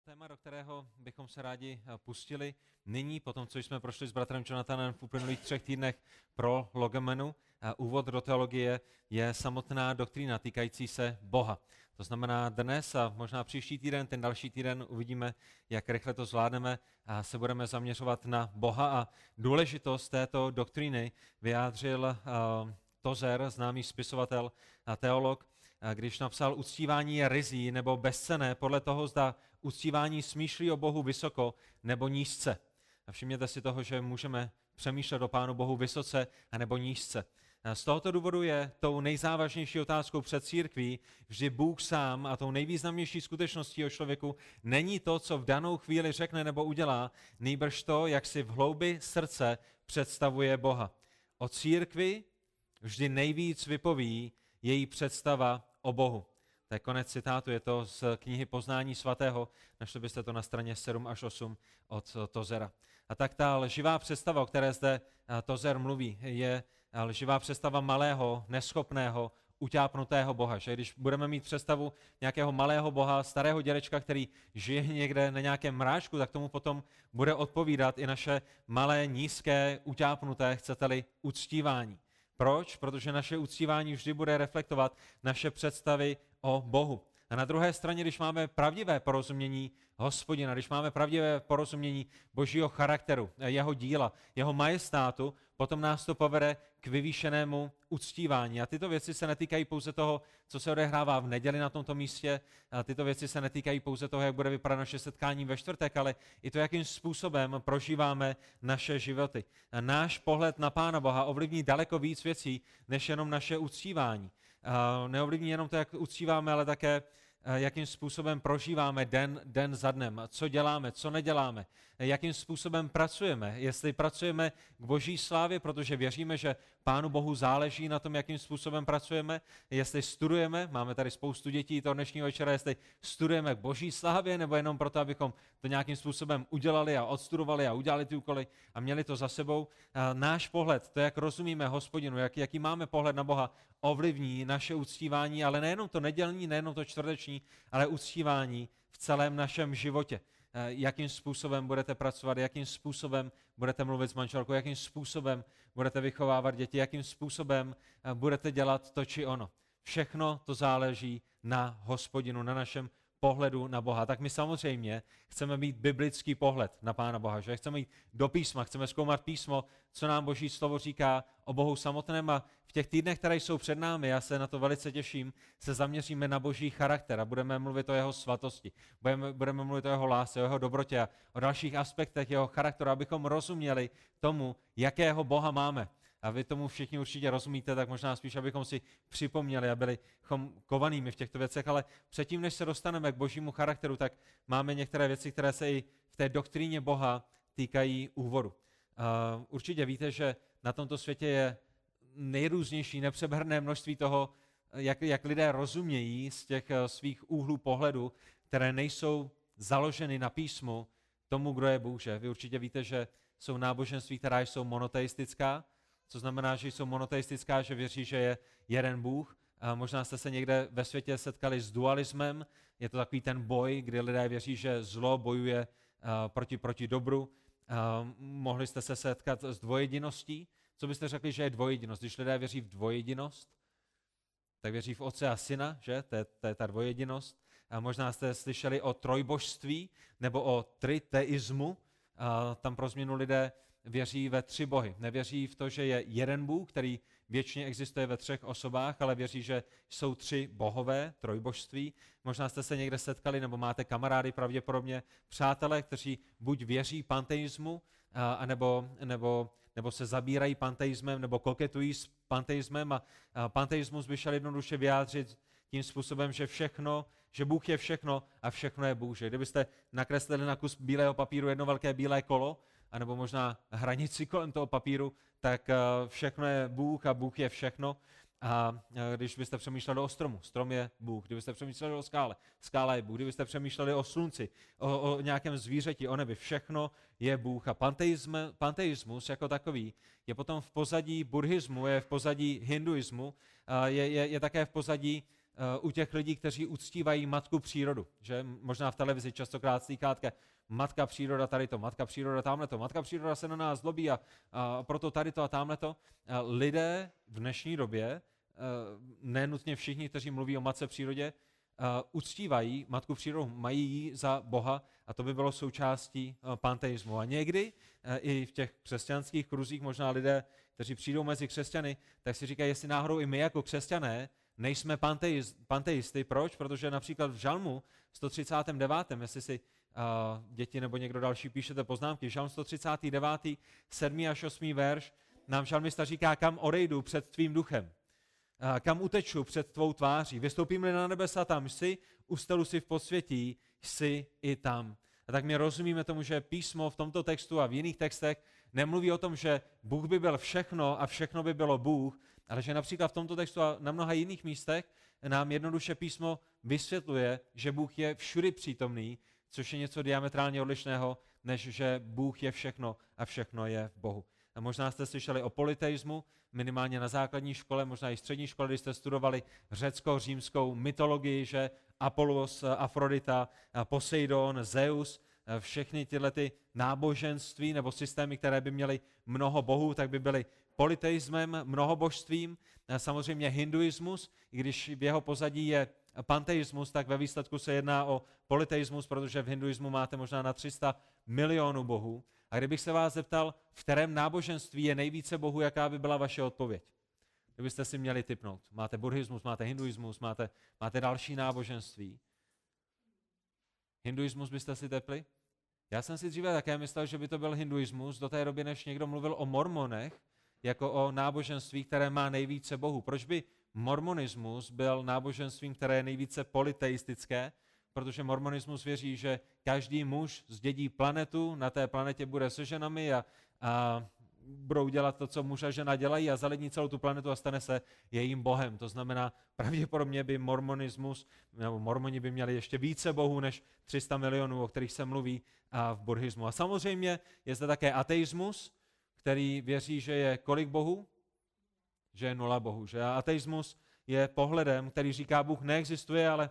Téma, do kterého bychom se rádi pustili nyní, po tom, co jsme prošli s bratrem Jonathanem v uplynulých 3 týdnech pro Logemenu, úvod do teologie je samotná doktrína týkající se Boha. To znamená dnes a možná příští týden, ten další týden uvidíme, jak rychle to zvládneme a se budeme zaměřovat na Boha a důležitost této doktríny vyjádřil Tozer, známý spisovatel a teolog, když napsal: uctívání je ryzí nebo bezcenné podle toho, zda uctívání smýšlí o Bohu vysoko nebo nízce. A všimněte si toho, že můžeme přemýšlet o Pánu Bohu vysoce a nebo nízce. A z tohoto důvodu je tou nejzávažnější otázkou před církví vždy Bůh sám a tou nejvýznamnější skutečností o člověku není to, co v danou chvíli řekne nebo udělá, nýbrž to, jak si v hloubi srdce představuje Boha. O církvi vždy nejvíc vypoví její představa o Bohu. To je konec citátu, je to z knihy Poznání svatého, našli byste to na straně 7 až 8 od Tozera. A tak ta lživá představa, o které zde Tozer mluví, je lživá představa malého, neschopného, utápnutého Boha. Že když budeme mít představu nějakého malého Boha, starého dědečka, který žije někde na nějakém mráčku, tak tomu potom bude odpovídat i naše malé, nízké, utápnuté, chcete-li, uctívání. Proč? Protože naše uctívání vždy bude reflektovat naše představy o Bohu. A na druhé straně, když máme pravdivé porozumění Hospodina, když máme pravdivé porozumění Božího charakteru, jeho díla, jeho majestátu, potom nás to povede k vyvýšenému uctívání. A tyto věci se netýkají pouze toho, co se odehrává v neděli na tomto místě, a tyto věci se netýkají pouze toho, jak bude vypadat naše setkání ve čtvrtek, ale i to, jakým způsobem prožíváme naše životy. A náš pohled na Pána Boha ovlivní daleko víc věcí, než jenom naše uctívání. Neovlivní jenom to, jak uctíváme, ale také jakým způsobem prožíváme den za dnem, co děláme, co neděláme, jakým způsobem pracujeme, jestli pracujeme k Boží slávě, protože věříme, že Pánu Bohu záleží na tom, jakým způsobem pracujeme, jestli studujeme, máme tady spoustu dětí toho dnešního večera, jestli studujeme k Boží slávě, nebo jenom proto, abychom to nějakým způsobem udělali a odstudovali a udělali ty úkoly a měli to za sebou. Náš pohled, to, jak rozumíme Hospodinu, jaký máme pohled na Boha, ovlivní naše uctívání, ale nejenom to nedělní, nejenom to čtvrteční, ale uctívání v celém našem životě. Jakým způsobem budete pracovat, jakým způsobem budete mluvit s manželkou, jakým způsobem budete vychovávat děti, jakým způsobem budete dělat to či ono. Všechno to záleží na Hospodinu, na našem pohledu na Boha. Tak my samozřejmě chceme mít biblický pohled na Pána Boha, že chceme jít do písma, chceme zkoumat písmo, co nám Boží slovo říká o Bohu samotném a v těch týdnech, které jsou před námi, já se na to velice těším, se zaměříme na Boží charakter a budeme mluvit o jeho svatosti, budeme mluvit o jeho lásce, o jeho dobrotě a o dalších aspektech jeho charakteru, abychom rozuměli tomu, jakého Boha máme. A vy tomu všichni určitě rozumíte, tak možná spíš, abychom si připomněli a byli kovanými v těchto věcech, ale předtím, než se dostaneme k Božímu charakteru, tak máme některé věci, které se i v té doktríně Boha týkají úvodu. Určitě víte, že na tomto světě je nejrůznější, nepřeberné množství toho, jak lidé rozumějí z těch svých úhlů pohledu, které nejsou založeny na písmu tomu, kdo je Bůh. Že? Vy určitě víte, že jsou náboženství, která jsou monoteistická, co znamená, že jsou monoteistická, že věří, že je jeden Bůh. A možná jste se někde ve světě setkali s dualismem. Je to takový ten boj, kdy lidé věří, že zlo bojuje proti dobru. Mohli jste se setkat s dvojedinností. Co byste řekli, že je dvojedinost? Když lidé věří v dvojedinost, tak věří v Otce a Syna, že? To je ta dvojedinost. A možná jste slyšeli o trojbožství nebo o triteismu. Tam pro změnu lidé věří ve 3 bohy. Nevěří v to, že je jeden Bůh, který věčně existuje ve 3 osobách, ale věří, že jsou 3 bohové, trojbožství. Možná jste se někde setkali, nebo máte kamarády pravděpodobně, přátelé, kteří buď věří panteismu, nebo se zabírají panteismem, nebo koketují s panteismem. A panteismus by šel jednoduše vyjádřit tím způsobem, že Bůh je všechno a všechno je Bůh. Že? Kdybyste nakreslili na kus bílého papíru jedno velké bílé kolo, anebo možná hranici kolem toho papíru, tak všechno je Bůh a Bůh je všechno. A když byste přemýšleli o stromu, strom je Bůh. Kdybyste přemýšleli o skále, skála je Bůh. Kdybyste přemýšleli o slunci, o nějakém zvířeti, o nebi, všechno je Bůh. A panteismus jako takový je potom v pozadí buddhismu, je v pozadí hinduismu, je také v pozadí u těch lidí, kteří uctívají matku přírodu. Že možná v televizi častokrát slycháte matka příroda tady to, matka příroda tamhle to, matka příroda se na nás zlobí a proto tady to a tamhle to. Lidé v dnešní době, nenutně všichni, kteří mluví o matce přírodě, uctívají matku přírodu, mají ji za Boha a to by bylo součástí panteismu. A někdy i v těch křesťanských kruzích možná lidé, kteří přijdou mezi křesťany, tak si říkají, jestli náhodou i my jako křesťané nejsme panteisty. Proč? Protože například v Žalmu 139., jestli si děti nebo někdo další píšete poznámky, Žalm 139., 7. až 8. verš, nám žalmista říká, kam odejdu před tvým duchem, kam uteču před tvou tváří, vystoupím-li na nebesa, tam jsi, ustelu si v podsvětí, jsi i tam. A tak my rozumíme tomu, že písmo v tomto textu a v jiných textech nemluví o tom, že Bůh by byl všechno a všechno by bylo Bůh, ale že například v tomto textu a na mnoha jiných místech nám jednoduše písmo vysvětluje, že Bůh je všudy přítomný, což je něco diametrálně odlišného, než že Bůh je všechno a všechno je v Bohu. A možná jste slyšeli o polyteismu, minimálně na základní škole, možná i střední škole, když jste studovali řecko-římskou mytologii, že Apolos, Afrodita, Poseidon, Zeus, všechny tyhle ty náboženství nebo systémy, které by měly mnoho bohů, tak by byly polyteismem, mnohobožstvím. Samozřejmě hinduismus, i když v jeho pozadí je panteismus, tak ve výsledku se jedná o polyteismus, protože v hinduismu máte možná na 300 milionů bohů. A kdybych se vás zeptal, v kterém náboženství je nejvíce bohů, jaká by byla vaše odpověď? Kdybyste si měli tipnout. Máte buddhismus, máte hinduismus, máte další náboženství. Hinduismus byste si tepli? Já jsem si dříve také myslel, že by to byl hinduismus do té doby, než někdo mluvil o mormonech, jako o náboženství, které má nejvíce bohů. Proč by mormonismus byl náboženstvím, které je nejvíce polyteistické? Protože mormonismus věří, že každý muž zdědí planetu, na té planetě bude se ženami a budou dělat to, co muž a žena dělají a zalední celou tu planetu a stane se jejím bohem. To znamená, pravděpodobně by mormonismus, nebo mormoni by měli ještě více bohů než 300 milionů, o kterých se mluví v buddhismu. A samozřejmě je zde také ateismus, který věří, že je kolik bohů? Že je 0 bohů. Že? A ateismus je pohledem, který říká, Bůh neexistuje, ale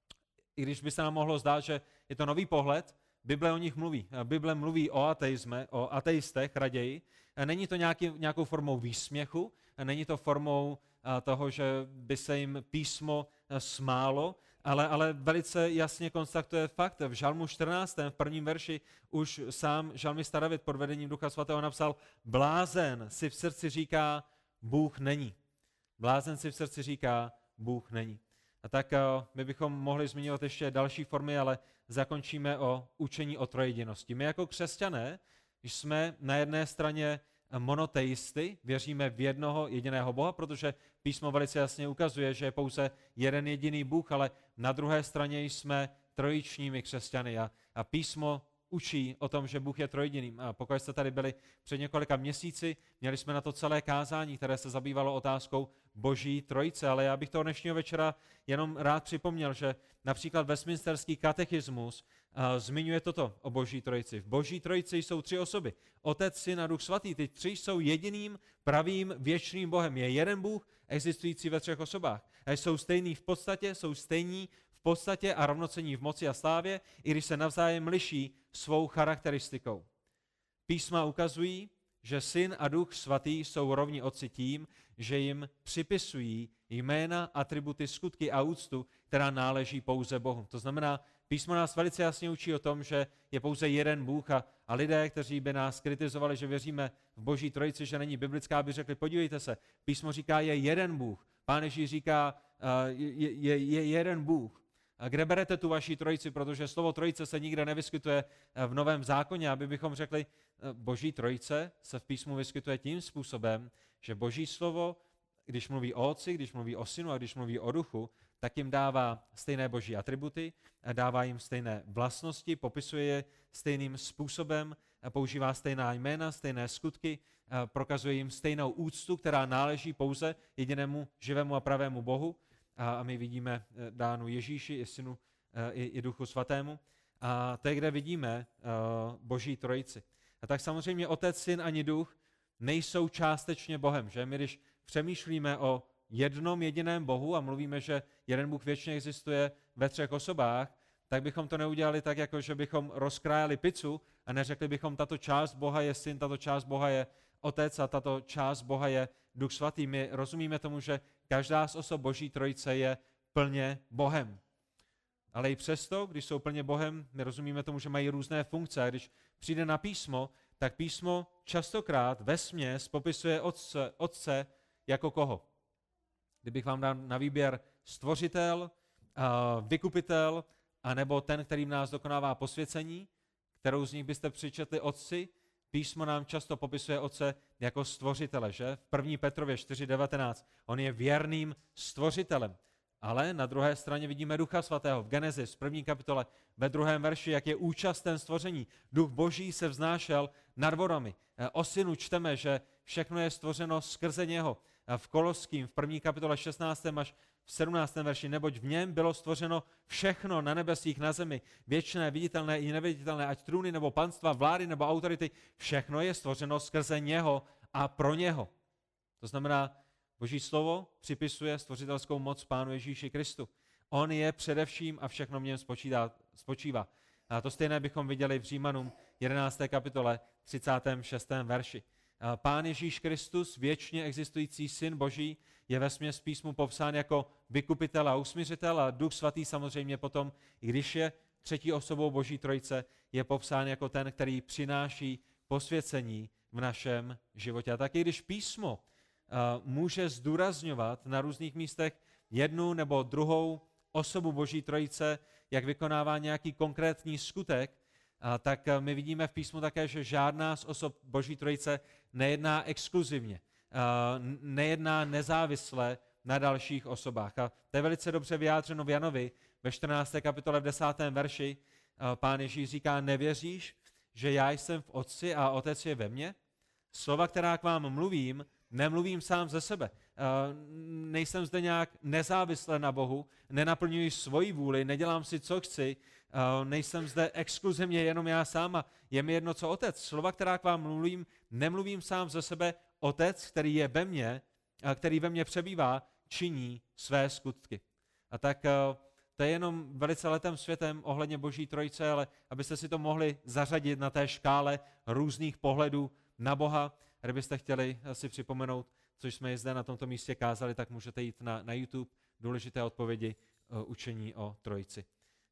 i když by se nám mohlo zdát, že je to nový pohled, Bible o nich mluví. Bible mluví o ateistech raději. Není to nějakou formou výsměchu, není to formou toho, že by se jim písmo smálo, ale velice jasně konstatuje fakt. V Žalmu 14. v 1. verši už sám žalmista David pod vedením Ducha Svatého napsal, blázen si v srdci říká, Bůh není. Blázen si v srdci říká, Bůh není. A tak my bychom mohli zmiňovat ještě další formy, ale zakončíme o učení o trojjedinosti. My jako křesťané jsme na jedné straně monoteisty, věříme v jednoho jediného Boha, protože písmo velice jasně ukazuje, že je pouze jeden jediný Bůh, ale na druhé straně jsme trojičními křesťany a písmo učí o tom, že Bůh je trojjediným. A pokud jste tady byli před několika měsíci, měli jsme na to celé kázání, které se zabývalo otázkou Boží trojice, ale já bych toho dnešního večera jenom rád připomněl, že například Westminsterský katechismus zmiňuje toto o Boží trojici. V Boží trojici jsou 3 osoby. Otec, Syn a Duch Svatý. Ty 3 jsou jediným pravým věčným Bohem. Je jeden Bůh existující ve 3 osobách. A jsou stejní v podstatě, jsou stejní v podstatě a rovnocenní v moci a slávě, i když se navzájem liší svou charakteristikou. Písma ukazují, že Syn a Duch Svatý jsou rovni Otci tím, že jim připisují jména, atributy, skutky a úctu, která náleží pouze Bohu. To znamená, písmo nás velice jasně učí o tom, že je pouze jeden Bůh a lidé, kteří by nás kritizovali, že věříme v Boží trojici, že není biblická, by řekli, podívejte se, písmo říká, je jeden Bůh. Pán Ježíš říká, je jeden Bůh. A kde berete tu vaši trojici, protože slovo trojice se nikde nevyskytuje v Novém zákoně, aby bychom řekli, Boží trojice se v písmu vyskytuje tím způsobem, že Boží slovo, když mluví o Otci, když mluví o Synu a když mluví o Duchu, tak jim dává stejné boží atributy, dává jim stejné vlastnosti, popisuje je stejným způsobem, používá stejná jména, stejné skutky, prokazuje jim stejnou úctu, která náleží pouze jedinému živému a pravému Bohu. A my vidíme dánu Ježíši, i Synu, i Duchu Svatému. A to je, kde vidíme Boží trojici. A tak samozřejmě Otec, Syn ani Duch nejsou částečně Bohem. Že? My když přemýšlíme o jednom jediném Bohu a mluvíme, že jeden Bůh věčně existuje ve 3 osobách, tak bychom to neudělali tak, jako že bychom rozkrájeli pizzu a neřekli bychom, tato část Boha je Syn, tato část Boha je Otec a tato část Boha je Duch Svatý. My rozumíme tomu, že každá z osob Boží trojice je plně Bohem. Ale i přesto, když jsou plně Bohem, my rozumíme tomu, že mají různé funkce. A když přijde na písmo, tak písmo častokrát vesměs popisuje Otce jako koho? Kdybych vám dal na výběr stvořitel, vykupitel, anebo ten, který v nás dokonává posvěcení, kterou z nich byste přečetli Otci, písmo nám často popisuje Otce jako stvořitele, že? V 1. Petrově 4.19 on je věrným stvořitelem. Ale na druhé straně vidíme Ducha Svatého v Genesis, v 1. kapitole, ve 2. verši, jak je účasten stvoření. Duch Boží se vznášel nad vodami. O Synu čteme, že všechno je stvořeno skrze něho. V Koloským v 1. kapitole 16. až v 17. verši, neboť v něm bylo stvořeno všechno na nebesích, na zemi, věčné, viditelné i neviditelné, ať trůny nebo panstva, vlády nebo autority, všechno je stvořeno skrze něho a pro něho. To znamená, Boží slovo připisuje stvořitelskou moc Pánu Ježíši Kristu. On je především a všechno v něm spočívá. A to stejné bychom viděli v Římanům 11. kapitole 36. verši. Pán Ježíš Kristus, věčně existující Syn Boží, je vesměs v písmu popsán jako vykupitel a usmířitel a Duch Svatý samozřejmě potom, i když je třetí osobou Boží trojice, je popsán jako ten, který přináší posvěcení v našem životě. A taky když písmo může zdůrazňovat na různých místech jednu nebo druhou osobu Boží trojice, jak vykonává nějaký konkrétní skutek, tak my vidíme v písmu také, že žádná z osob Boží trojice nejedná exkluzivně, nejedná nezávisle na dalších osobách. A to je velice dobře vyjádřeno v Janovi ve 14. kapitole v 10. verši. Pán Ježíš říká, nevěříš, že já jsem v Otci a Otec je ve mně? Slova, která k vám mluvím, nemluvím sám ze sebe. Nejsem zde nějak nezávisle na Bohu, nenaplňuji svoji vůli, nedělám si, co chci, nejsem zde exkluzivně jenom já sám a je mi jedno, co Otec. Slova, která k vám mluvím, nemluvím sám ze sebe. Otec, který je ve mně, který ve mně přebývá, činí své skutky. A tak to je jenom velice letem světem ohledně Boží trojice, ale abyste si to mohli zařadit na té škále různých pohledů na Boha. A kdybyste chtěli si připomenout, co jsme zde na tomto místě kázali, tak můžete jít na YouTube, důležité odpovědi učení o trojici.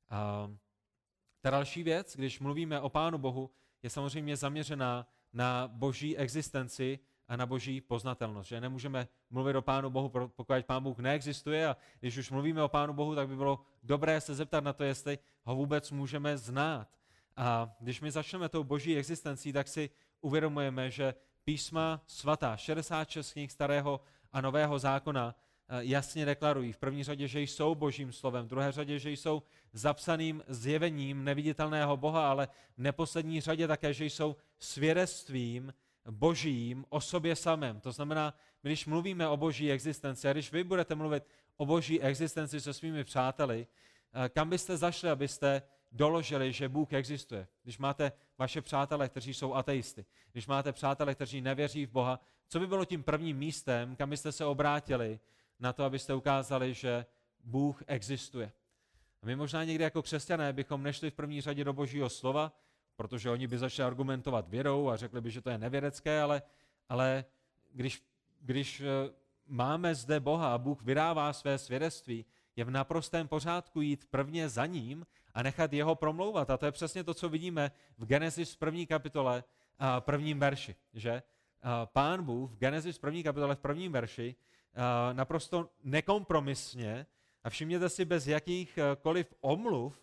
Ta další věc, když mluvíme o Pánu Bohu, je samozřejmě zaměřená na Boží existenci a na Boží poznatelnost. Že nemůžeme mluvit o Pánu Bohu, pokud Pán Bůh neexistuje, a když už mluvíme o Pánu Bohu, tak by bylo dobré se zeptat na to, jestli ho vůbec můžeme znát. A když my začneme tou Boží existencí, tak si uvědomujeme, že písma svatá, 66 knih Starého a Nového zákona jasně deklarují v první řadě, že jsou Božím slovem, v druhé řadě, že jsou zapsaným zjevením neviditelného Boha, ale v neposlední řadě také, že jsou svědectvím Božím o sobě samém. To znamená, když mluvíme o Boží existenci a když vy budete mluvit o Boží existenci se svými přáteli, kam byste zašli, abyste doložili, že Bůh existuje? Když máte vaše přátele, kteří jsou ateisty, když máte přátele, kteří nevěří v Boha, co by bylo tím prvním místem, kam byste se obrátili na to, abyste ukázali, že Bůh existuje? A my možná někdy jako křesťané bychom nešli v první řadě do Božího slova, protože oni by začali argumentovat vědou a řekli by, že to je nevědecké, ale když máme zde Boha a Bůh vydává své svědectví, je v naprostém pořádku jít prvně za ním a nechat jeho promlouvat. A to je přesně to, co vidíme v Genesis v 1. kapitole a 1. verši. Že? Pán Bůh v Genesis v 1. kapitole v 1. verši naprosto nekompromisně, a všimněte si, bez jakýchkoliv omluv,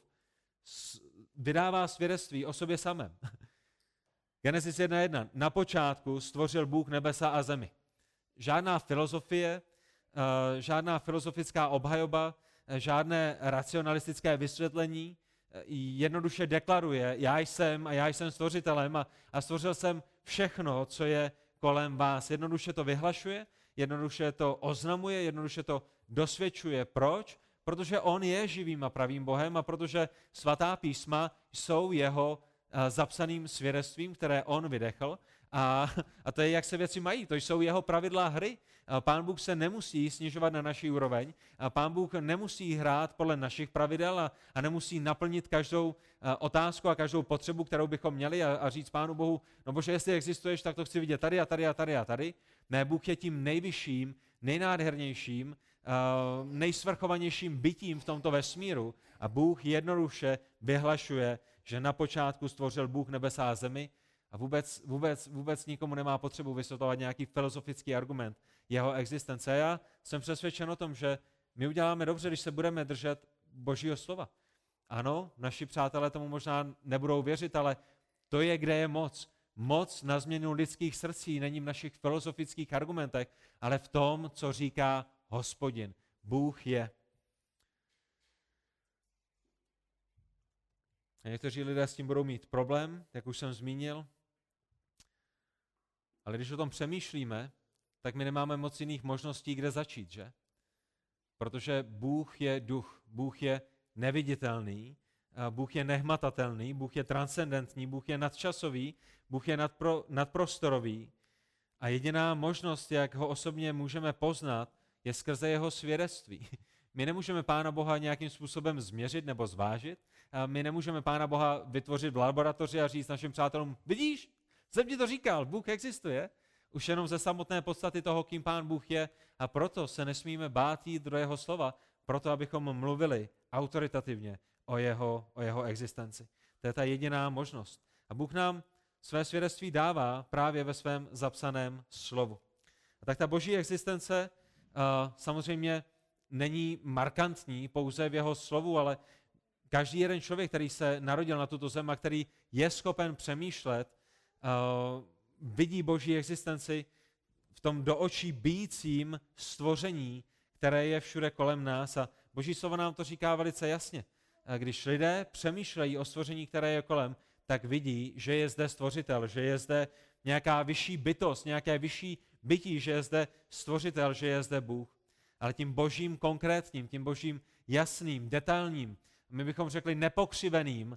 vydává svědectví o sobě samém. Genesis 1.1. Na počátku stvořil Bůh nebesa a zemi. Žádná filozofie, žádná filozofická obhajoba, žádné racionalistické vysvětlení, jednoduše deklaruje, já jsem stvořitelem a stvořil jsem všechno, co je kolem vás. Jednoduše to vyhlašuje, jednoduše to oznamuje, jednoduše to dosvědčuje. Proč? Protože on je živým a pravým Bohem a protože svatá písma jsou jeho zapsaným svědectvím, které on vydechl A to je, jak se věci mají. To jsou jeho pravidla hry. Pán Bůh se nemusí snižovat na naši úroveň. Pán Bůh nemusí hrát podle našich pravidel a nemusí naplnit každou otázku a každou potřebu, kterou bychom měli a říct Pánu Bohu, no Bože, jestli existuješ, tak to chci vidět tady a tady a tady a tady. Ne, Bůh je tím nejvyšším, nejnádhernějším, nejsvrchovanějším bytím v tomto vesmíru a Bůh jednoduše vyhlašuje, že na počátku stvořil Bůh nebesa a zemi a vůbec nikomu nemá potřebu vysvětlovat nějaký filozofický argument jeho existence. Já jsem přesvědčen o tom, že my uděláme dobře, když se budeme držet Božího slova. Ano, naši přátelé tomu možná nebudou věřit, ale to je, kde je moc. Moc na změnu lidských srdcí není v našich filozofických argumentech, ale v tom, co říká Hospodin. Bůh je. A někteří lidé s tím budou mít problém, jak už jsem zmínil, ale když o tom přemýšlíme, tak my nemáme moc jiných možností, kde začít, že? Protože Bůh je duch, Bůh je neviditelný, Bůh je nehmatatelný, Bůh je transcendentní, Bůh je nadčasový, Bůh je nadprostorový a jediná možnost, jak ho osobně můžeme poznat, je skrze jeho svědectví. My nemůžeme Pána Boha nějakým způsobem změřit nebo zvážit, my nemůžeme Pána Boha vytvořit v laboratoři a říct našim přátelům, vidíš, jsem ti to říkal, Bůh existuje, už jenom ze samotné podstaty toho, kým Pán Bůh je a proto se nesmíme bát jít do jeho slova, proto abychom mluvili autoritativně o jeho existenci. To je ta jediná možnost. A Bůh nám své svědectví dává právě ve svém zapsaném slovu. A tak ta boží existence samozřejmě není markantní pouze v jeho slovu, ale každý jeden člověk, který se narodil na tuto zem a který je schopen přemýšlet, vidí boží existenci v tom do očí bijícím stvoření, které je všude kolem nás. A boží slovo nám to říká velice jasně. A když lidé přemýšlejí o stvoření, které je kolem, tak vidí, že je zde stvořitel, že je zde nějaká vyšší bytost, nějaké vyšší bytí, že je zde stvořitel, že je zde Bůh. Ale tím božím konkrétním, tím božím jasným, detailním, my bychom řekli nepokřiveným,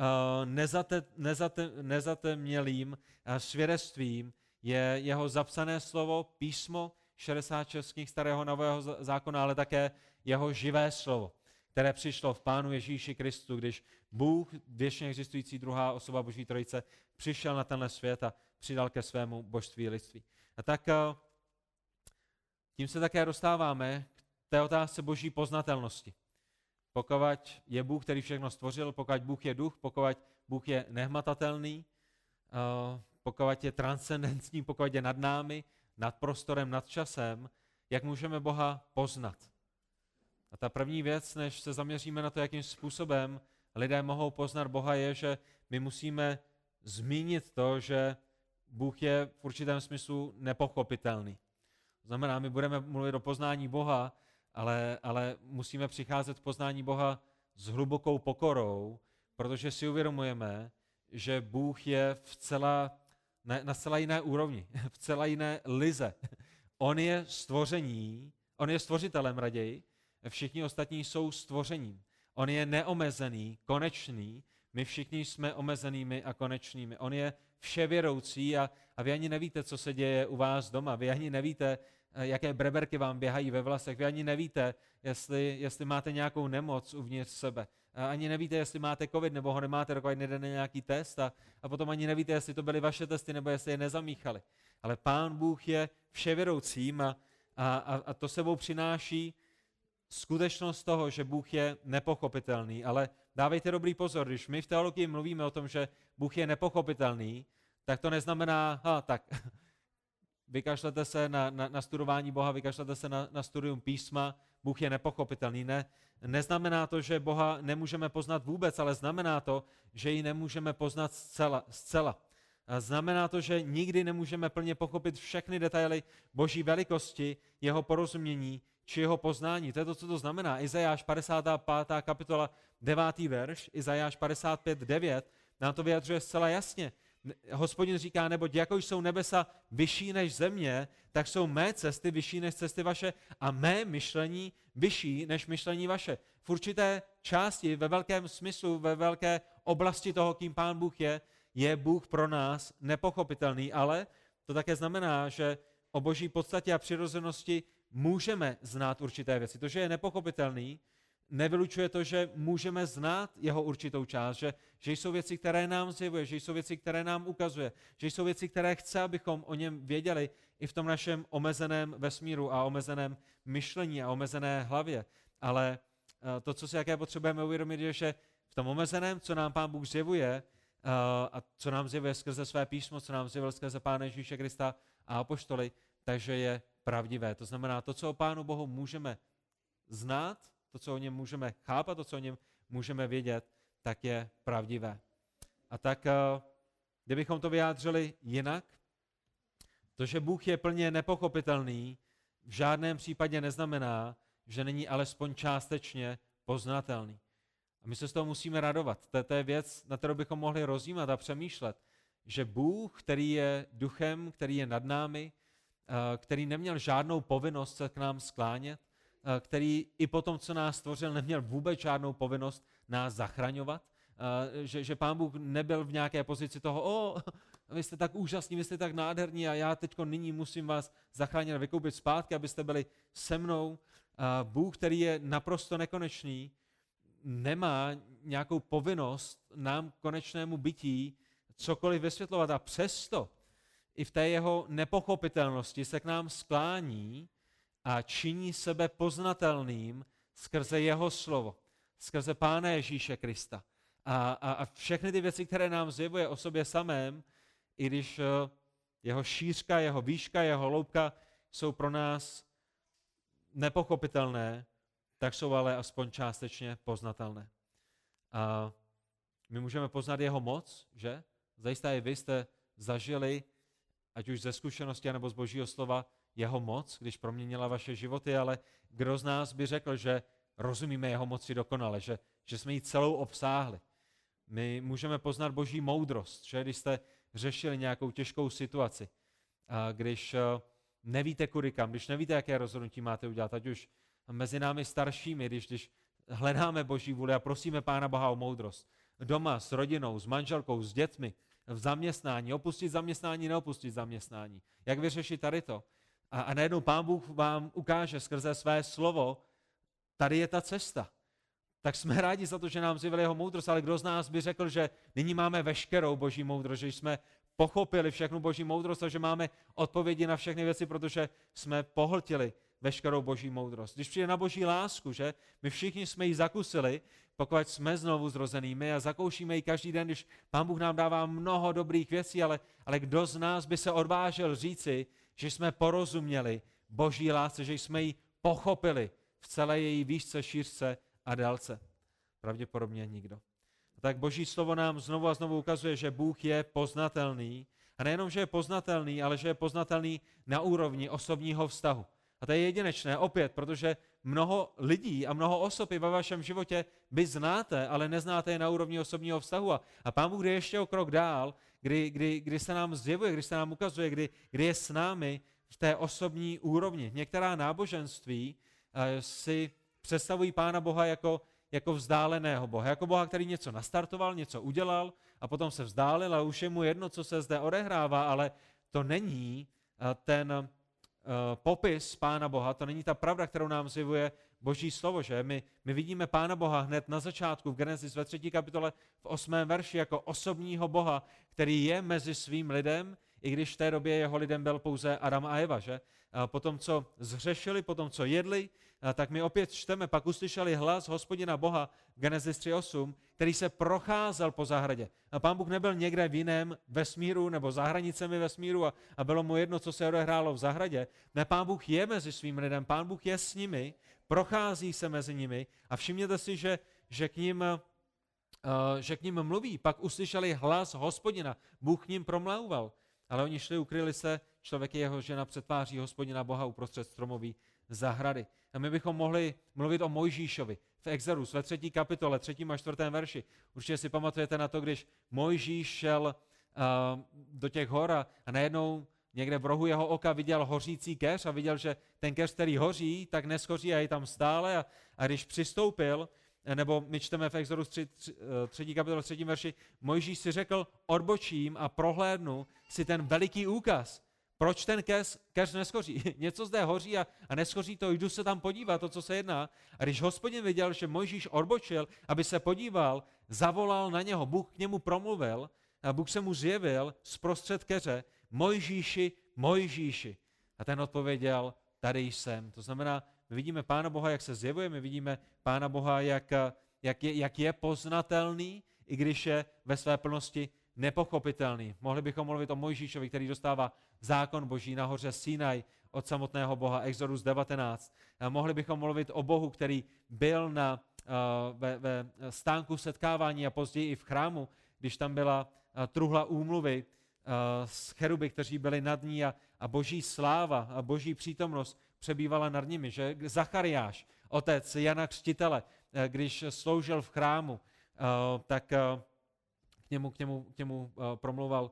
nezatemnělým svědectvím je jeho zapsané slovo, písmo, 66 knih Starého Nového zákona, ale také jeho živé slovo, které přišlo v Pánu Ježíši Kristu, když Bůh, věčně existující druhá osoba Boží trojice, přišel na tenhle svět a přidal ke svému božství lidství. A tak tím se také dostáváme k té otázce boží poznatelnosti. Pokud je Bůh, který všechno stvořil, pokud Bůh je duch, pokud Bůh je nehmatatelný, pokud je transcendentní, pokud je nad námi, nad prostorem, nad časem, jak můžeme Boha poznat. A ta první věc, než se zaměříme na to, jakým způsobem lidé mohou poznat Boha, je, že my musíme zmínit to, že Bůh je v určitém smyslu nepochopitelný. To znamená, my budeme mluvit o poznání Boha, ale musíme přicházet k poznání Boha s hlubokou pokorou, protože si uvědomujeme, že Bůh je na zcela jiné úrovni, v celé jiné lize. On je stvoření, on je stvořitelem raději, všichni ostatní jsou stvořením. On je neomezený, konečný, my všichni jsme omezenými a konečnými. On je vševědoucí a vy ani nevíte, co se děje u vás doma. Vy ani nevíte, jaké breberky vám běhají ve vlasech. Vy ani nevíte, jestli máte nějakou nemoc uvnitř sebe. Ani nevíte, jestli máte covid, nebo ho nemáte, dokud nejde na nějaký test a potom ani nevíte, jestli to byly vaše testy, nebo jestli je nezamíchali. Ale Pán Bůh je vševědoucím a to sebou přináší skutečnost toho, že Bůh je nepochopitelný. Ale dávejte dobrý pozor, když my v teologii mluvíme o tom, že Bůh je nepochopitelný, tak to neznamená, tak vykašlete se na studování Boha, vykašlete se na studium písma, Bůh je nepochopitelný. Neznamená to, že Boha nemůžeme poznat vůbec, ale znamená to, že ji nemůžeme poznat zcela. Znamená to, že nikdy nemůžeme plně pochopit všechny detaily Boží velikosti, jeho porozumění či jeho poznání. To je to, co to znamená. Izajáš 55. kapitola 9. verš, Izajáš 55.9 nám to vyjadřuje zcela jasně. Hospodin říká, neboť jako jsou nebesa vyšší než země, tak jsou mé cesty vyšší než cesty vaše a mé myšlení vyšší než myšlení vaše. V určité části, ve velkém smyslu, ve velké oblasti toho, kým Pán Bůh je je Bůh pro nás nepochopitelný, ale to také znamená, že o boží podstatě a přirozenosti můžeme znát určité věci. To, že je nepochopitelný, nevylučuje to, že můžeme znát jeho určitou část, že jsou věci, které nám zjevuje, že jsou věci, které nám ukazuje, že jsou věci, které chce, abychom o něm věděli i v tom našem omezeném vesmíru a omezeném myšlení a omezené hlavě. Ale to, co si jaké potřebujeme uvědomit, je, že v tom omezeném, co nám Pán Bůh zjevuje a co nám zjevuje skrze své písmo, co nám zjevil skrze Pána Ježíše Krista a apoštoly, takže je pravdivé. To znamená, to, co o Pánu Bohu můžeme znát, to, co o něm můžeme chápat, to, co o něm můžeme vědět, tak je pravdivé. A tak, kdybychom to vyjádřili jinak, to, že Bůh je plně nepochopitelný, v žádném případě neznamená, že není alespoň částečně poznatelný. A my se z toho musíme radovat. To je věc, na kterou bychom mohli rozjímat a přemýšlet, že Bůh, který je duchem, který je nad námi, který neměl žádnou povinnost se k nám sklánět, který i po tom, co nás stvořil, neměl vůbec žádnou povinnost nás zachraňovat, že Pán Bůh nebyl v nějaké pozici toho, vy jste tak úžasní, vy jste tak nádherní a já teďko nyní musím vás zachránit a vykoupit zpátky, abyste byli se mnou. Bůh, který je naprosto nekonečný, nemá nějakou povinnost nám, konečnému bytí, cokoliv vysvětlovat a přesto i v té jeho nepochopitelnosti se k nám sklání a činí sebe poznatelným skrze jeho slovo, skrze Pána Ježíše Krista. A všechny ty věci, které nám zjevuje o sobě samém, i když jeho šířka, jeho výška, jeho hloubka jsou pro nás nepochopitelné, tak jsou ale aspoň částečně poznatelné. A my můžeme poznat jeho moc, že? Zajisté i vy jste zažili, ať už ze zkušenosti nebo z Božího slova, jeho moc, když proměnila vaše životy, ale kdo z nás by řekl, že rozumíme jeho moci dokonale, že jsme ji celou obsáhli. My můžeme poznat Boží moudrost, že když jste řešili nějakou těžkou situaci, a když nevíte kudy kam, když nevíte, jaké rozhodnutí máte udělat, ať už mezi námi staršími, když hledáme Boží vůli a prosíme Pána Boha o moudrost, doma, s rodinou, s manželkou, s dětmi, v zaměstnání, opustit zaměstnání, neopustit zaměstnání, jak vyřešit tady to. A najednou Pán Bůh vám ukáže skrze své slovo, tady je ta cesta. Tak jsme rádi za to, že nám zjevil jeho moudrost, ale kdo z nás by řekl, že nyní máme veškerou Boží moudrost, že jsme pochopili všechnu Boží moudrost a že máme odpovědi na všechny věci, protože jsme pohltili veškerou Boží moudrost. Když přijde na Boží lásku, že my všichni jsme ji zakusili, pokud jsme znovu zrozenými a zakoušíme ji každý den, když Pán Bůh nám dává mnoho dobrých věcí, ale kdo z nás by se odvážil říci, že jsme porozuměli Boží lásce, že jsme ji pochopili v celé její výšce, šířce a délce? Pravděpodobně nikdo. Tak Boží slovo nám znovu a znovu ukazuje, že Bůh je poznatelný. A nejenom, že je poznatelný, ale že je poznatelný na úrovni osobního vztahu. A to je jedinečné opět, protože mnoho lidí a mnoho osob i ve vašem životě vy znáte, ale neznáte je na úrovni osobního vztahu. A Pán Bůh jde ještě o krok dál, kdy se nám zjevuje, kdy se nám ukazuje, kdy je s námi v té osobní úrovni. Některá náboženství si představují Pána Boha jako vzdáleného Boha, jako Boha, který něco nastartoval, něco udělal a potom se vzdálil a už je mu jedno, co se zde odehrává, ale to není ten popis Pána Boha, to není ta pravda, kterou nám zjevuje Boží slovo, že? My vidíme Pána Boha hned na začátku v Genesis ve 3. kapitole v 8. verši jako osobního Boha, který je mezi svým lidem, i když v té době jeho lidem byl pouze Adam a Eva, že? A potom, co zhřešili, potom, co jedli, tak my opět čteme, pak uslyšeli hlas Hospodina Boha v Genesis 3.8, který se procházel po zahradě. A Pán Bůh nebyl někde v jiném vesmíru nebo za hranicemi vesmíru a bylo mu jedno, co se odehrálo v zahradě. Ne, Pán Bůh je mezi svým lidem, Pán Bůh je s nimi, prochází se mezi nimi a všimněte si, že k ním mluví. Pak uslyšeli hlas Hospodina, Bůh k ním promlouval. Ale oni šli, ukryli se, člověk i jeho žena před tváří Hospodina Boha uprostřed stromové zahrady. A my bychom mohli mluvit o Mojžíšovi v Exodus ve 3. kapitole, 3. a 4. verši. Určitě si pamatujete na to, když Mojžíš šel do těch hor a najednou někde v rohu jeho oka viděl hořící keř a viděl, že ten keř, který hoří, tak neschoří a je tam stále. A když přistoupil nebo my čteme v Exodus 3. kapitole 3. verši, Mojžíš si řekl, odbočím a prohlédnu si ten veliký úkaz. Proč ten keř neschoří? Něco zde hoří a neschoří to, jdu se tam podívat, to, co se jedná. A když Hospodin viděl, že Mojžíš odbočil, aby se podíval, zavolal na něho, Bůh k němu promluvil, a Bůh se mu zjevil zprostřed keře, Mojžíši, Mojžíši. A ten odpověděl, tady jsem. To znamená, my vidíme Pána Boha, jak se zjevuje, my vidíme Pána Boha, jak je poznatelný, i když je ve své plnosti nepochopitelný. Mohli bychom mluvit o Mojžíšovi, který dostává zákon Boží na hoře Sinaj od samotného Boha, Exodus 19. Mohli bychom mluvit o Bohu, který byl ve stánku setkávání a později i v chrámu, když tam byla truhla úmluvy s cheruby, kteří byli nad ní a Boží sláva a Boží přítomnost přebývala nad nimi. Že Zachariáš, otec Jana Křtitele, když sloužil v chrámu, tak k němu promluval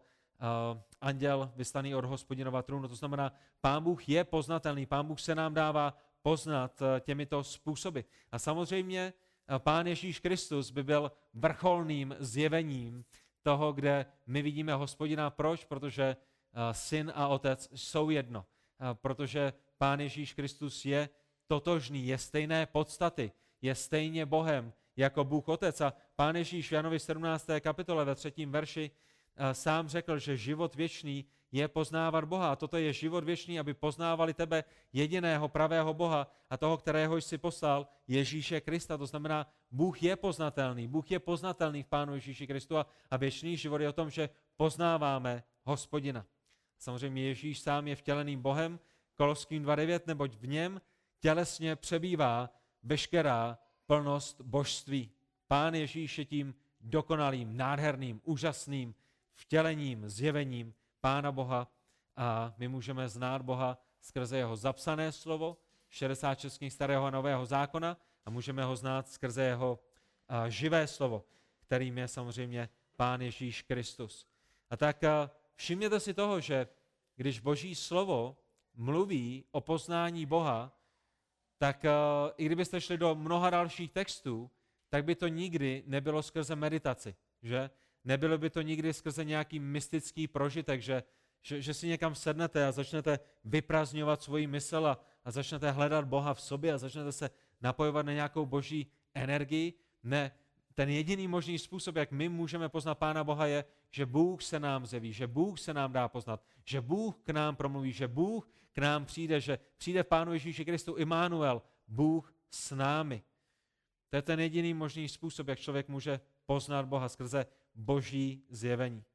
anděl vyslaný od Hospodinova trůnu. To znamená, Pán Bůh je poznatelný, Pán Bůh se nám dává poznat těmito způsoby. A samozřejmě Pán Ježíš Kristus by byl vrcholným zjevením toho, kde my vidíme Hospodina. Proč? Protože Syn a Otec jsou jedno. Protože Pán Ježíš Kristus je totožný, je stejné podstaty, je stejně Bohem jako Bůh Otec. A Pán Ježíš v Janovi 17. kapitole ve 3. verši sám řekl, že život věčný je poznávat Boha. A toto je život věčný, aby poznávali tebe, jediného pravého Boha a toho, kterého jsi poslal, Ježíše Krista. To znamená, Bůh je poznatelný. Bůh je poznatelný v Pánu Ježíši Kristu a věčný život je o tom, že poznáváme Hospodina. Samozřejmě Ježíš sám je vtěleným Bohem, Koloským 2.9, neboť v něm tělesně přebývá veškerá plnost božství. Pán Ježíš je tím dokonalým, nádherným, úžasným vtělením, zjevením Pána Boha a my můžeme znát Boha skrze jeho zapsané slovo, 66 knih Starého a Nového zákona a můžeme ho znát skrze jeho živé slovo, kterým je samozřejmě Pán Ježíš Kristus. A tak všimněte si toho, že když Boží slovo mluví o poznání Boha, tak i kdybyste šli do mnoha dalších textů, tak by to nikdy nebylo skrze meditaci, že? Nebylo by to nikdy skrze nějaký mystický prožitek, že si někam sednete a začnete vyprazňovat svoji mysl a začnete hledat Boha v sobě a začnete se napojovat na nějakou boží energii. Ne, ten jediný možný způsob, jak my můžeme poznat Pána Boha, je, že Bůh se nám zjeví, že Bůh se nám dá poznat, že Bůh k nám promluví, že Bůh k nám přijde, že přijde v Pánu Ježíši Kristu Immanuel, Bůh s námi. To je ten jediný možný způsob, jak člověk může poznat Boha skrze boží zjevení.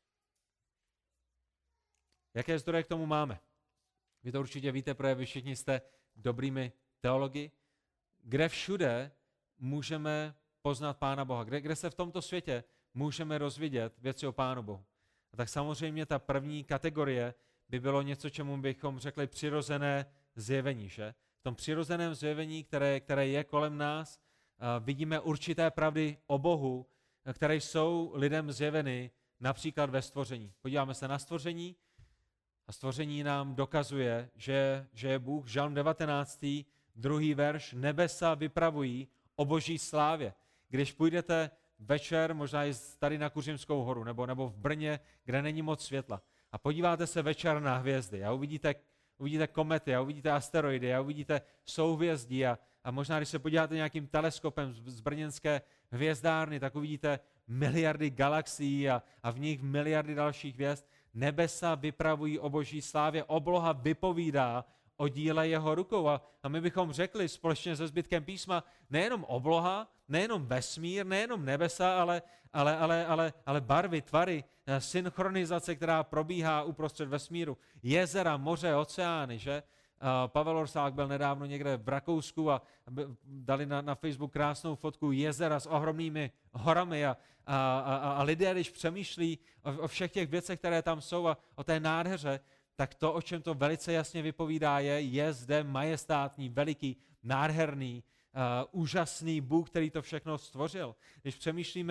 Jaké zdroje k tomu máme? Vy to určitě víte, protože vy všichni jste dobrými teologi. Kde všude můžeme poznat Pána Boha? Kde se v tomto světě můžeme dozvědět věci o Pánu Bohu? A tak samozřejmě ta první kategorie by bylo něco, čemu bychom řekli přirozené zjevení. Že? V tom přirozeném zjevení, které je kolem nás, vidíme určité pravdy o Bohu, které jsou lidem zjeveny například ve stvoření. Podíváme se na stvoření a stvoření nám dokazuje, že je Bůh. Žalm 19. 2. verš, nebesa vypravují o boží slávě. Když půjdete večer, možná i tady na Kuřimskou horu, nebo v Brně, kde není moc světla, a podíváte se večer na hvězdy a uvidíte komety, a uvidíte asteroidy, a uvidíte souhvězdí a možná, když se podíváte nějakým teleskopem z brněnské hvězdárny, tak uvidíte miliardy galaxií a v nich miliardy dalších hvězd. Nebesa vypravují o boží slávě, obloha vypovídá o díle jeho rukou. A my bychom řekli společně se zbytkem písma, nejenom obloha, nejenom vesmír, nejenom nebesa, ale barvy, tvary, synchronizace, která probíhá uprostřed vesmíru, jezera, moře, oceány, že? Pavel Orsák byl nedávno někde v Rakousku a dali na Facebook krásnou fotku jezera s ohromnými horami a lidé, když přemýšlí o všech těch věcech, které tam jsou a o té nádheře, tak to, o čem to velice jasně vypovídá, je zde majestátní, veliký, nádherný, úžasný Bůh, který to všechno stvořil. Když přemýšlíme o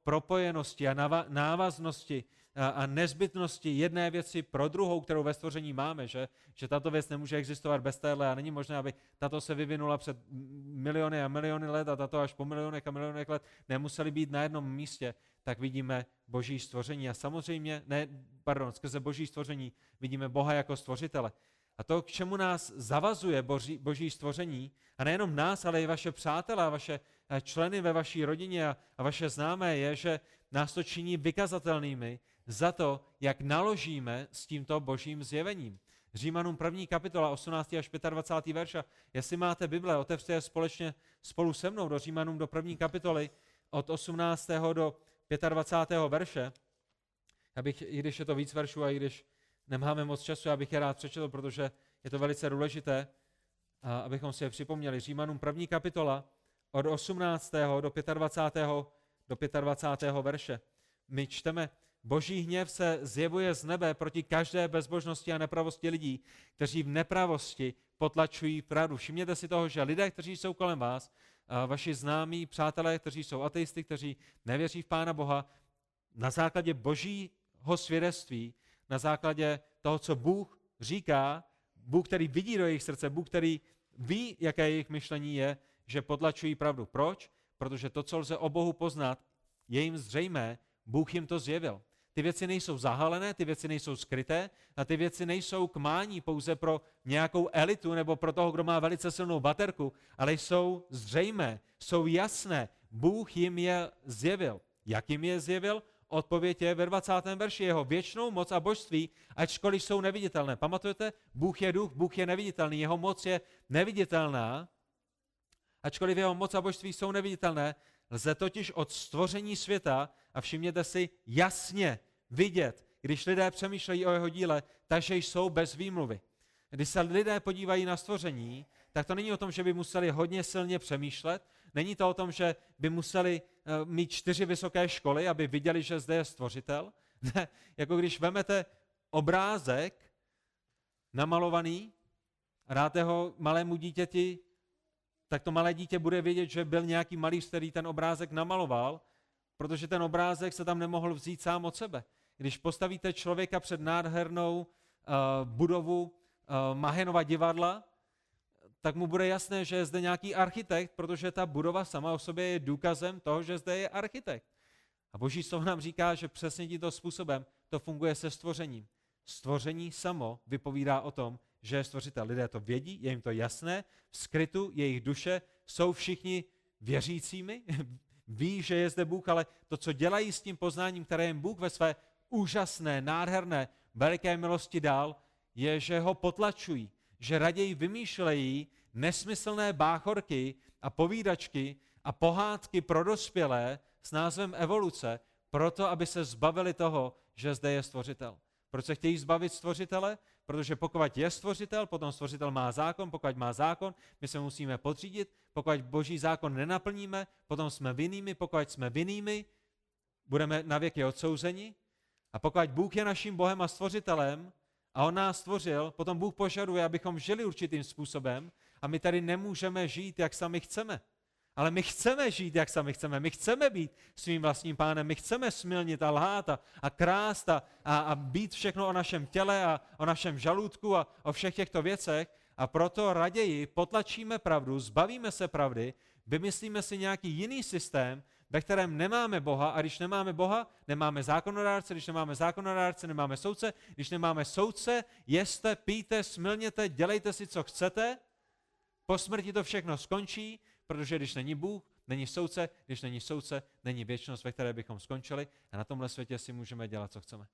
propojenosti a návaznosti a nezbytnosti jedné věci pro druhou, kterou ve stvoření máme, že tato věc nemůže existovat bez téhle a není možné, aby tato se vyvinula před miliony a miliony let a tato až po milionech a milionech let nemuseli být na jednom místě, tak vidíme Boží stvoření. A samozřejmě, skrze Boží stvoření vidíme Boha jako stvořitele. A to, k čemu nás zavazuje Boží stvoření, a nejenom nás, ale i vaše přátelé a vaše členy ve vaší rodině a vaše známé, je, že nás to činí vykazatelnými za to, jak naložíme s tímto Božím zjevením. Římanům 1. kapitola 18. až 25. verša. Jestli máte Bible, otevřte je společně spolu se mnou do Římanům do 1. kapitoly od 18. do 25. verše. I když je to víc veršů a i když nemáme moc času, já bych je rád přečetl, protože je to velice důležité, abychom si je připomněli. Římanům 1. kapitola od 18. do 25. verše. My čteme: Boží hněv se zjevuje z nebe proti každé bezbožnosti a nepravosti lidí, kteří v nepravosti potlačují pravdu. Všimněte si toho, že lidé, kteří jsou kolem vás, vaši známí, přátelé, kteří jsou ateisty, kteří nevěří v Pána Boha, na základě Božího svědectví, na základě toho, co Bůh říká, Bůh, který vidí do jejich srdce, Bůh, který ví, jaké jejich myšlení je, že potlačují pravdu. Proč? Protože to, co lze o Bohu poznat, je jim zřejmé, Bůh jim to zjevil. Ty věci nejsou zahalené, ty věci nejsou skryté a ty věci nejsou k mání pouze pro nějakou elitu nebo pro toho, kdo má velice silnou baterku, ale jsou zřejmé, jsou jasné. Bůh jim je zjevil. Jak jim je zjevil? Odpověď je ve 20. verši: jeho věčnou moc a božství, ačkoliv jsou neviditelné. Pamatujete? Bůh je duch, Bůh je neviditelný, jeho moc je neviditelná, ačkoliv jeho moc a božství jsou neviditelné, lze totiž od stvoření světa, a všimněte si, jasně vidět, když lidé přemýšlejí o jeho díle, takže jsou bez výmluvy. Když se lidé podívají na stvoření, tak to není o tom, že by museli hodně silně přemýšlet, není to o tom, že by museli mít 4 vysoké školy, aby viděli, že zde je stvořitel. Ne, jako když vemete obrázek namalovaný a dáte ho malému dítěti, tak to malé dítě bude vědět, že byl nějaký malíř, který ten obrázek namaloval, protože ten obrázek se tam nemohl vzít sám od sebe. Když postavíte člověka před nádhernou budovu Mahenova divadla, tak mu bude jasné, že je zde nějaký architekt, protože ta budova sama o sobě je důkazem toho, že zde je architekt. A Boží slovo nám říká, že přesně tímto způsobem to funguje se stvořením. Stvoření samo vypovídá o tom, že je stvořitel. Lidé to vědí, je jim to jasné, v skrytu jejich duše jsou všichni věřícími, ví, že je zde Bůh, ale to, co dělají s tím poznáním, které jim Bůh ve své úžasné, nádherné, veliké milosti dal, je, že ho potlačují, že raději vymýšlejí nesmyslné báchorky a povídačky a pohádky pro dospělé s názvem evoluce, proto, aby se zbavili toho, že zde je stvořitel. Proč se chtějí zbavit stvořitele? Protože pokud je stvořitel, potom stvořitel má zákon, pokud má zákon, my se musíme podřídit, pokud Boží zákon nenaplníme, potom jsme vinnými, pokud jsme vinnými, budeme navěky odsouzeni. A pokud Bůh je naším Bohem a stvořitelem a on nás stvořil, potom Bůh požaduje, abychom žili určitým způsobem a my tady nemůžeme žít, jak sami chceme. Ale my chceme žít, jak sami chceme. My chceme být svým vlastním pánem. My chceme smilnit a lhát a krást a být všechno o našem těle a o našem žaludku a o všech těchto věcech. A proto raději potlačíme pravdu, zbavíme se pravdy, vymyslíme si nějaký jiný systém, ve kterém nemáme Boha, a když nemáme Boha, nemáme zákonodárce, když nemáme zákonodárce, nemáme soudce, když nemáme soudce, jeste, pijte, smilněte, dělejte si, co chcete, po smrti to všechno skončí, protože když není Bůh, není soudce, když není soudce, není věčnost, ve které bychom skončili a na tomhle světě si můžeme dělat, co chceme.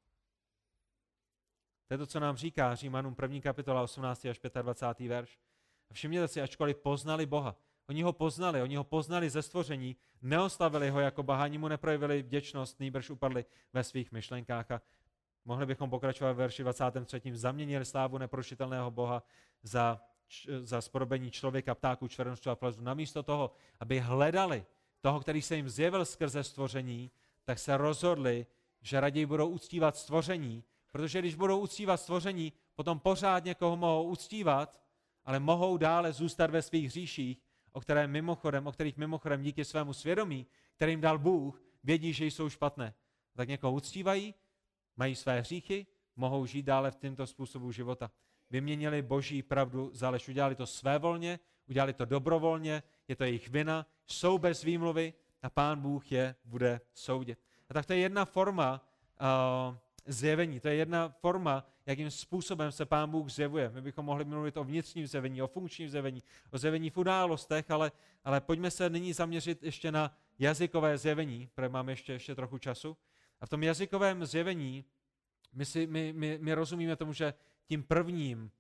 To je to, co nám říká Římanům 1. kapitola 18. až 25. verš. A všimněte si, ačkoliv poznali Boha, oni ho poznali ze stvoření, neoslavili ho jako Boha, ani mu neprojevili vděčnost, nýbrž upadli ve svých myšlenkách. A mohli bychom pokračovat v verši 23. Zaměnili slávu neporušitelného Boha za spodobení člověka, ptáků, čvernošťů a plazu. Namísto toho, aby hledali toho, který se jim zjevil skrze stvoření, tak se rozhodli, že raději budou uctívat stvoření, protože když budou uctívat stvoření, potom pořád někoho mohou uctívat, ale mohou dále zůstat ve svých hříších, o kterých mimochodem díky svému svědomí, kterým dal Bůh, vědí, že jsou špatné. Tak někoho uctívají, mají své hříchy, mohou žít dále v tomto způsobu života. Vyměnili boží pravdu za lež, udělali to svévolně, udělali to dobrovolně, je to jejich vina, jsou bez výmluvy a Pán Bůh je bude soudit. A tak to je jedna forma zjevení, to je jedna forma, jakým způsobem se Pán Bůh zjevuje. My bychom mohli mluvit o vnitřním zjevení, o funkčním zjevení, o zjevení v událostech, ale pojďme se nyní zaměřit ještě na jazykové zjevení, protože máme ještě trochu času. A v tom jazykovém zjevení my rozumíme tomu, že tím prvním,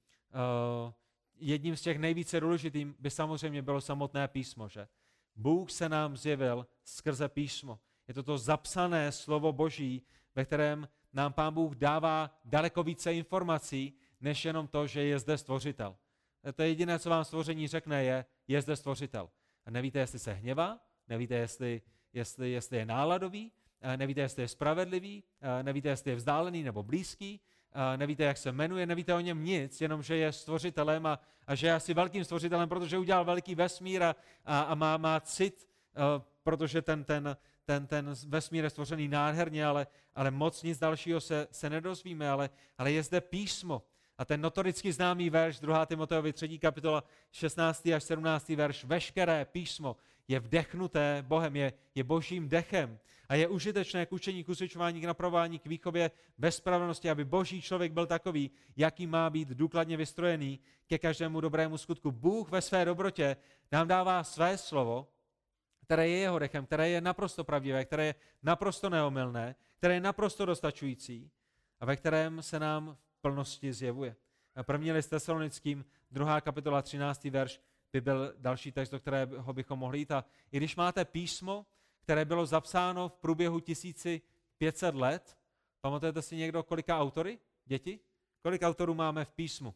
jedním z těch nejvíce důležitým by samozřejmě bylo samotné písmo, že? Bůh se nám zjevil skrze písmo. Je to zapsané slovo Boží, ve kterém nám Pán Bůh dává daleko více informací, než jenom to, že je zde stvořitel. To je jediné, co vám stvoření řekne, je zde stvořitel. A nevíte, jestli se hněvá, nevíte, jestli je náladový, nevíte, jestli je spravedlivý, nevíte, jestli je vzdálený nebo blízký, nevíte, jak se jmenuje, nevíte o něm nic, jenom že je stvořitelem a že je asi velkým stvořitelem, protože udělal veliký vesmír a má cit, protože ten vesmír je stvořený nádherně, ale moc nic dalšího se nedozvíme, ale je zde písmo. A ten notoricky známý verš 2. Timoteovi 3. kapitola 16. až 17. verš, veškeré písmo je vdechnuté Bohem, je božím dechem a je užitečné k učení, k usvědčování, k napravování, k výchově ve spravedlnosti, aby boží člověk byl takový, jaký má být důkladně vystrojený ke každému dobrému skutku. Bůh ve své dobrotě nám dává své slovo, které je jeho dechem, které je naprosto pravdivé, které je naprosto neomylné, které je naprosto dostačující a ve kterém se nám v plnosti zjevuje. A první list Tesalonickým, 2. kapitola 13. verš, by byl další text, do kterého bychom mohli jít. A i když máte písmo, které bylo zapsáno v průběhu 1500 let, pamatujete si někdo, kolika autory? Děti? Kolik autorů máme v písmu?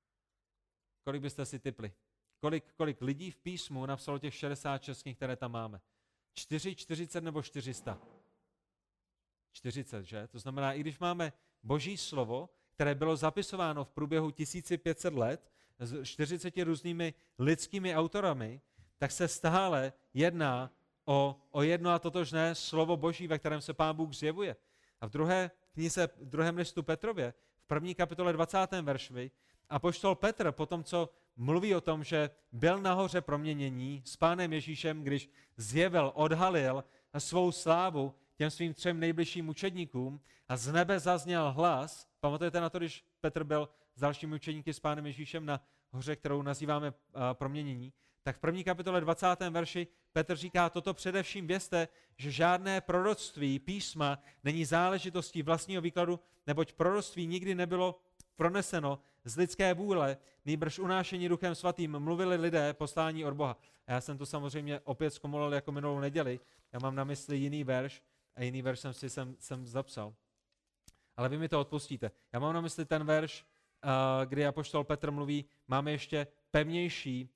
Kolik byste si tipli? Kolik lidí v písmu napsalo těch 66 knih, které tam máme? 40 nebo 400? 40, že? To znamená, i když máme Boží slovo, které bylo zapisováno v průběhu 1500 let s 40 různými lidskými autorami, tak se stále jedná o jedno a totožné slovo Boží, ve kterém se Pán Bůh zjevuje. A v druhém listu Petrově, v 1. kapitole 20. verši, apoštol Petr, potom co mluví o tom, že byl nahoře proměnění s Pánem Ježíšem, když zjevil, odhalil svou slávu těm svým 3 nejbližším učedníkům a z nebe zazněl hlas. Pamatujete na to, když Petr byl s dalšími učedníky s Pánem Ježíšem na hoře, kterou nazýváme proměnění, tak v 1. kapitole 20. verši Petr říká, toto především vězte, že žádné proroctví písma není záležitostí vlastního výkladu, neboť proroctví nikdy nebylo proneseno z lidské vůle, nýbrž unášení Duchem Svatým mluvili lidé poslání od Boha. A já jsem to samozřejmě opět zkomolil jako minulou neděli, já mám na mysli jiný verš a jiný verš jsem si sem zapsal. Ale vy mi to odpustíte. Já mám na mysli ten verš, kdy apoštol Petr mluví, máme ještě pevnější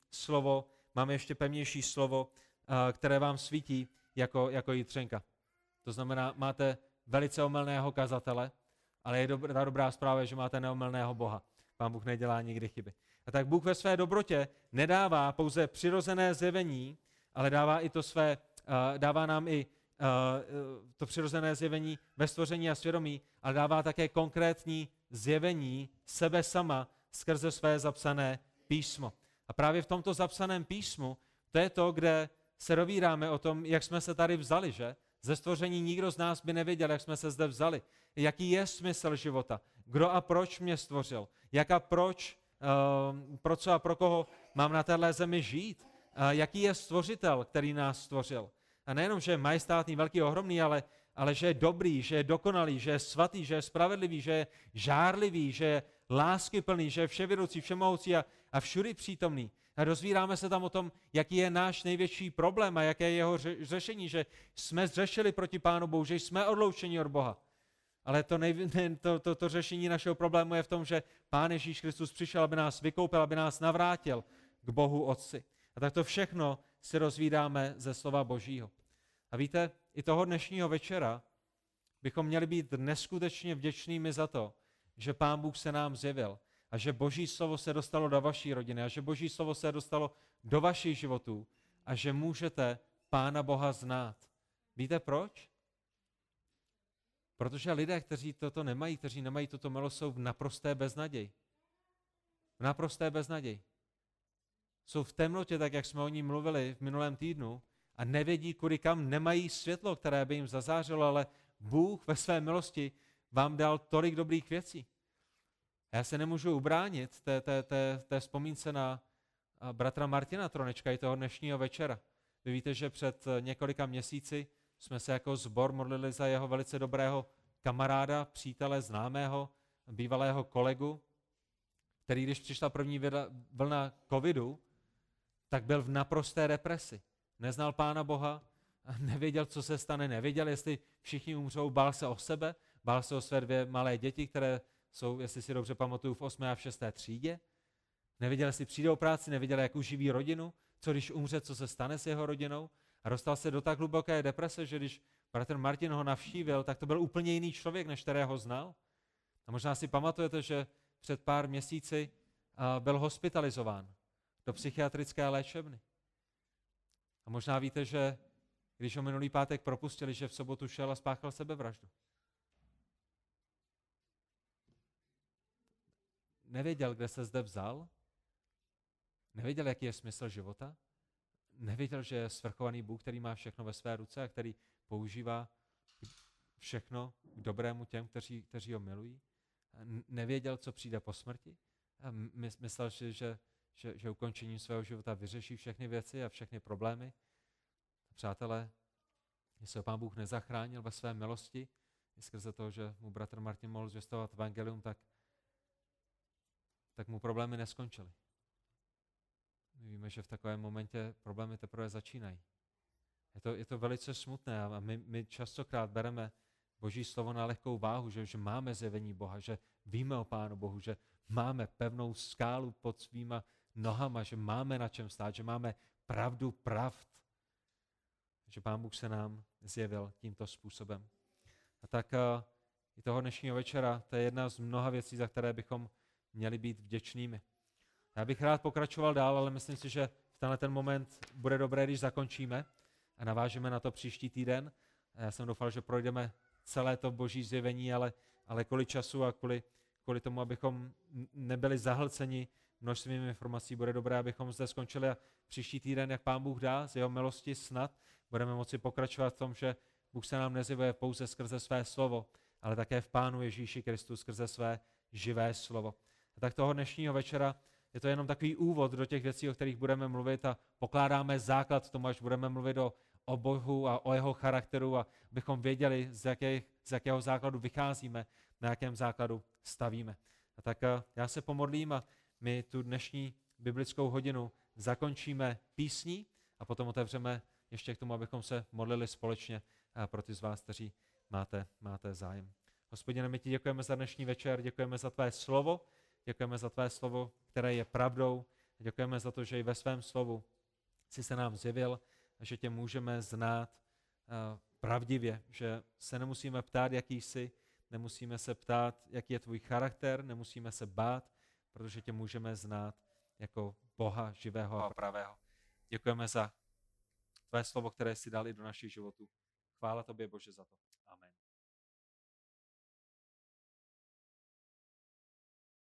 slovo, které vám svítí jako jitřenka. To znamená, máte velice omylného kazatele, ale je ta dobrá zpráva, že máte neomylného Boha. Pán Bůh nedělá nikdy chyby. A tak Bůh ve své dobrotě nedává pouze přirozené zjevení, ale dává nám i to přirozené zjevení ve stvoření a svědomí, ale dává také konkrétní zjevení sebe sama skrze své zapsané písmo. A právě v tomto zapsaném písmu, to je to, kde se dovídáme o tom, jak jsme se tady vzali, že? Ze stvoření nikdo z nás by nevěděl, jak jsme se zde vzali. Jaký je smysl života? Kdo a proč mě stvořil? Jak a proč, pro co a pro koho mám na téhle zemi žít? Jaký je stvořitel, který nás stvořil? A nejenom, že je majestátný, velký, ohromný, ale že je dobrý, že je dokonalý, že je svatý, že je spravedlivý, že je žárlivý, že je láskyplný, že je vševědoucí, všemohoucí a všudy přítomný. A dozvídáme se tam o tom, jaký je náš největší problém a jaké je jeho řešení, že jsme zřešili proti Pánu Bohu, že jsme odloučeni od Boha. Ale to řešení našeho problému je v tom, že Pán Ježíš Kristus přišel, aby nás vykoupil, aby nás navrátil k Bohu Otci. A tak to všechno si rozvídáme ze slova Božího. A víte, i toho dnešního večera bychom měli být neskutečně vděčnými za to, že Pán Bůh se nám zjevil a že Boží slovo se dostalo do vaší rodiny a že Boží slovo se dostalo do vašich životů a že můžete Pána Boha znát. Víte proč? Protože lidé, kteří toto nemají, kteří nemají tuto milost, jsou v naprosté beznaději. V naprosté beznaději. Jsou v temnotě, tak jak jsme o ní mluvili v minulém týdnu, a nevědí, kudy kam, nemají světlo, které by jim zazářilo, ale Bůh ve své milosti vám dal tolik dobrých věcí. A já se nemůžu ubránit té vzpomínce na bratra Martina Tronečka i toho dnešního večera. Vy víte, že před několika měsíci jsme se jako sbor modlili za jeho velice dobrého kamaráda, přítele, známého, bývalého kolegu, který, když přišla první vlna covidu, tak byl v naprosté depresi. Neznal Pána Boha, nevěděl, co se stane, nevěděl, jestli všichni umřou, bál se o sebe, bál se o své 2 malé děti, které jsou, jestli si dobře pamatuju, v 8. a v 6. třídě. Nevěděl, jestli přijde o práci, nevěděl, jak uživí rodinu, co když umře, co se stane s jeho rodinou. A dostal se do tak hluboké deprese, že když bratr Martin ho navštívil, tak to byl úplně jiný člověk, než kterého znal. A možná si pamatujete, že před pár měsíci byl hospitalizován do psychiatrické léčebny. A možná víte, že když ho minulý pátek propustili, že v sobotu šel a spáchal sebevraždu. Nevěděl, kde se zde vzal, nevěděl, jaký je smysl života, nevěděl, že je svrchovaný Bůh, který má všechno ve své ruce a který používá všechno k dobrému těm, kteří ho milují. Nevěděl, co přijde po smrti. A myslel, že ukončením svého života vyřeší všechny věci a všechny problémy. Přátelé, jestli ho Pán Bůh nezachránil ve své milosti, i skrze toho, že mu bratr Martin mohl zvěstovat evangelium, tak mu problémy neskončily. My víme, že v takovém momentě problémy teprve začínají. Je to velice smutné a my častokrát bereme Boží slovo na lehkou váhu, že máme zjevení Boha, že víme o Pánu Bohu, že máme pevnou skálu pod svýma nohama, že máme na čem stát, že máme pravdu pravd, že Pán Bůh se nám zjevil tímto způsobem. A tak i toho dnešního večera, to je jedna z mnoha věcí, za které bychom měli být vděčnými. Já bych rád pokračoval dál, ale myslím si, že v tenhle ten moment bude dobré, když zakončíme a navážeme na to příští týden. A já jsem doufal, že projdeme celé to Boží zjevení, ale kvůli času a kvůli tomu, abychom nebyli zahlceni množstvím informací, bude dobré, abychom zde skončili a příští týden, jak Pán Bůh dá, z jeho milosti snad, budeme moci pokračovat v tom, že Bůh se nám nezjevuje pouze skrze své slovo, ale také v Pánu Ježíši Kristu skrze své živé slovo. A tak toho dnešního večera je to jenom takový úvod do těch věcí, o kterých budeme mluvit a pokládáme základ tomu, až budeme mluvit o Bohu a o jeho charakteru a abychom věděli, z jakého základu vycházíme, na jakém základu stavíme. A tak já se pomodlím a my tu dnešní biblickou hodinu zakončíme písní a potom otevřeme ještě k tomu, abychom se modlili společně pro ty z vás, kteří máte zájem. Hospodine, my ti děkujeme za dnešní večer, děkujeme za tvé slovo, děkujeme za tvé slovo, které je pravdou, děkujeme za to, že i ve svém slovu jsi se nám zjevil a že tě můžeme znát pravdivě, že se nemusíme ptát, jaký jsi, nemusíme se ptát, jaký je tvůj charakter, nemusíme se bát, protože tě můžeme znát jako Boha živého a pravého. Děkujeme za tvé slovo, které jsi dal i do našich životů. Chvála tobě, Bože, za to. Amen.